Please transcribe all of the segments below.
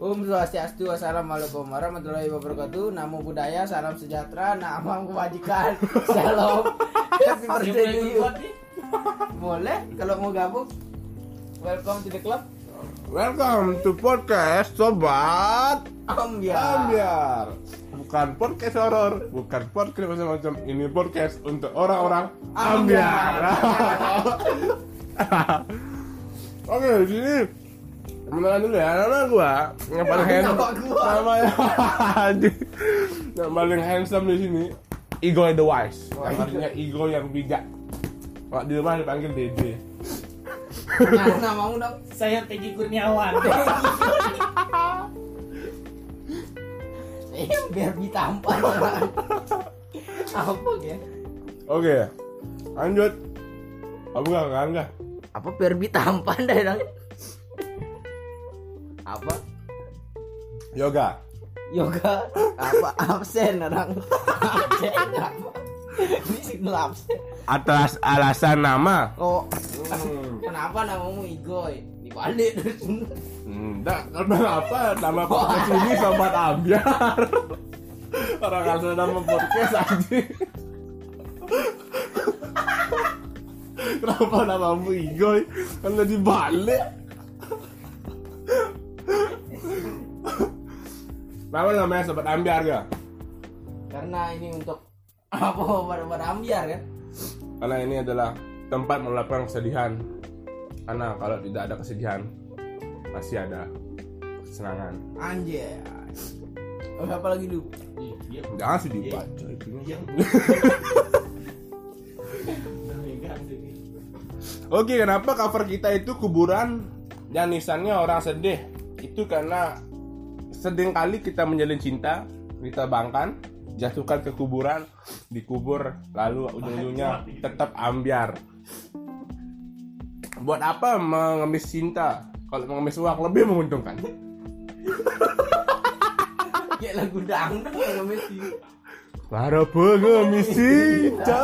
Swastiastu, Assalamualaikum warahmatullahi wabarakatuh. Namo Buddhaya, salam sejahtera, nama kebajikan, shalom. Happy birthday to you. Boleh kalau mau gabung. Welcome to the club. Welcome to podcast Sobat Ambiar. Bukan podcast horor, bukan podcast macam-macam. Ini podcast untuk orang-orang ambiar. Oke, di sini kenalan dulu ya. Nama gua yang paling handsome. Namanya yang paling handsome di sini Igoy the Wise. Yang artinya Igo yang bijak. Kalau di rumah dipanggil Dede. Nah, namamu dong. Saya Tegi Kurniawan. Biar ditampan. Apa ya? Oke, lanjut. Kamu enggak? Apa biar ditampan dah dong? Apa? Yoga. Apa absen orang? Absen apa? Ini signal absen. Atas alasan nama. Oh, kenapa namamu Igoy? Dibalik terus. Enggak, karena apa? Nama podcast ini Sobat Ambiar. Orang asal nama podcast aja. Kenapa namamu Igoy? Kan dibalik. Kenapa namanya Sobat Ambiar gak? Karena ini untuk apa pada ambiar kan? Karena ini adalah tempat meluapkan kesedihan. Karena kalau tidak ada kesedihan, pasti ada kesenangan. Anjay. Oh, apa lagi dulu? Jangan sih dibaca itu. Oke, kenapa cover kita itu kuburan yang nisannya orang sedih? Itu karena sering kali kita menjalin cinta, kita bangkan, jatuhkan ke kuburan, dikubur, lalu ujung-ujungnya tetap ambiar. Buat apa mengemis cinta? Kalau mengemis uang lebih menguntungkan. Kayak lagu dangdut mengemis cinta. Para pengemis cinta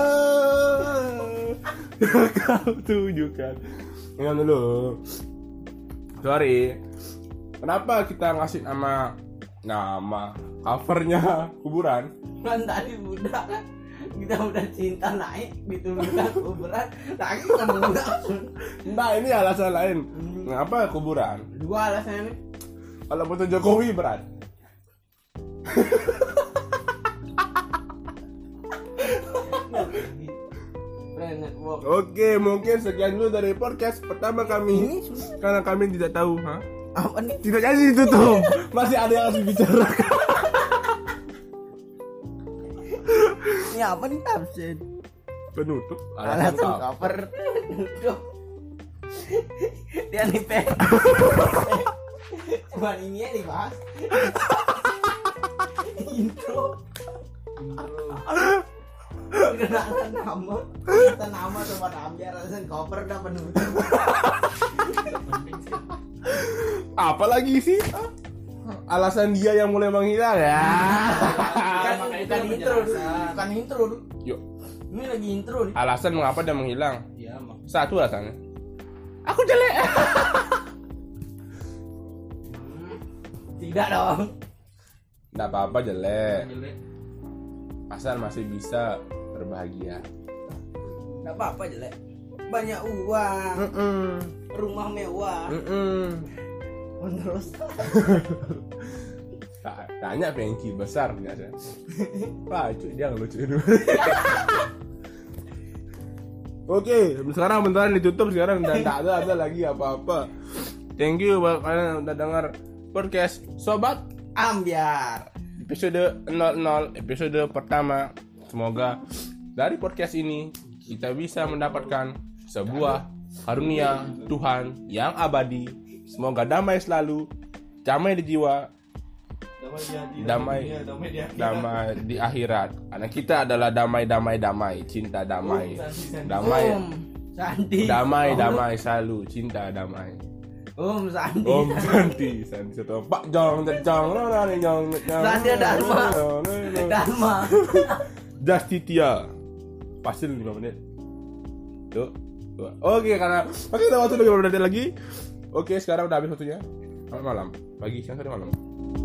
kau tunjukkan. Ingat dulu. Sorry. Kenapa kita ngasih nama covernya kuburan? Kan tadi udah kan kita udah cinta naik diturunkan kuburan lagi kuburan. Nah, ini alasan lain. Kenapa kuburan? Dua alasannya nih. Kalau foto Jokowi berat. Oke, mungkin sekian dulu dari podcast pertama kami. Karena kami tidak tahu, Apa nih? tidak jadi ditutup. Masih ada yang harus dibicarakan. Ini apa nih absen? Penutup. Alasan cover. Penutup. Dia nih pe. Cuman ini ya dibahas. Intro. Kenalan nama Sobat Ambiar, alasan cover udah penutup. Apa lagi sih? Alasan dia yang mulai menghilang ya. Bukan intro, bukan intro. Yuk. Ini lagi intro nih. Alasan mengapa dia menghilang? Iya, Mak. Satu alasannya. Aku jelek. Tidak dong. Enggak apa-apa jelek. Asal masih bisa berbahagia. Enggak apa-apa jelek. Banyak uang. Rumah mewah. Terus Tanya Pengki besar biasa. Lucu dia ngelucuin. Oke, sekarang beneran ditutup sekarang dan tak ada lagi apa-apa. Thank you buat kalian yang udah dengar podcast Sobat Ambiar. episode 00, episode pertama. Semoga dari podcast ini kita bisa mendapatkan sebuah karunia Tuhan yang abadi. Semoga damai selalu, damai di jiwa, damai di akhirat. Karena kita adalah damai, cinta damai, Sandi. damai selalu, cinta damai. Sandi. Santi satu Pak Jong. Sandi Dharma. Justitia. Pasti 5 menit. Tuh. Oke, karena masih ada waktu 5 menit lagi. Oke, sekarang udah habis waktunya. Selamat malam. Pagi, siang, sore, malam.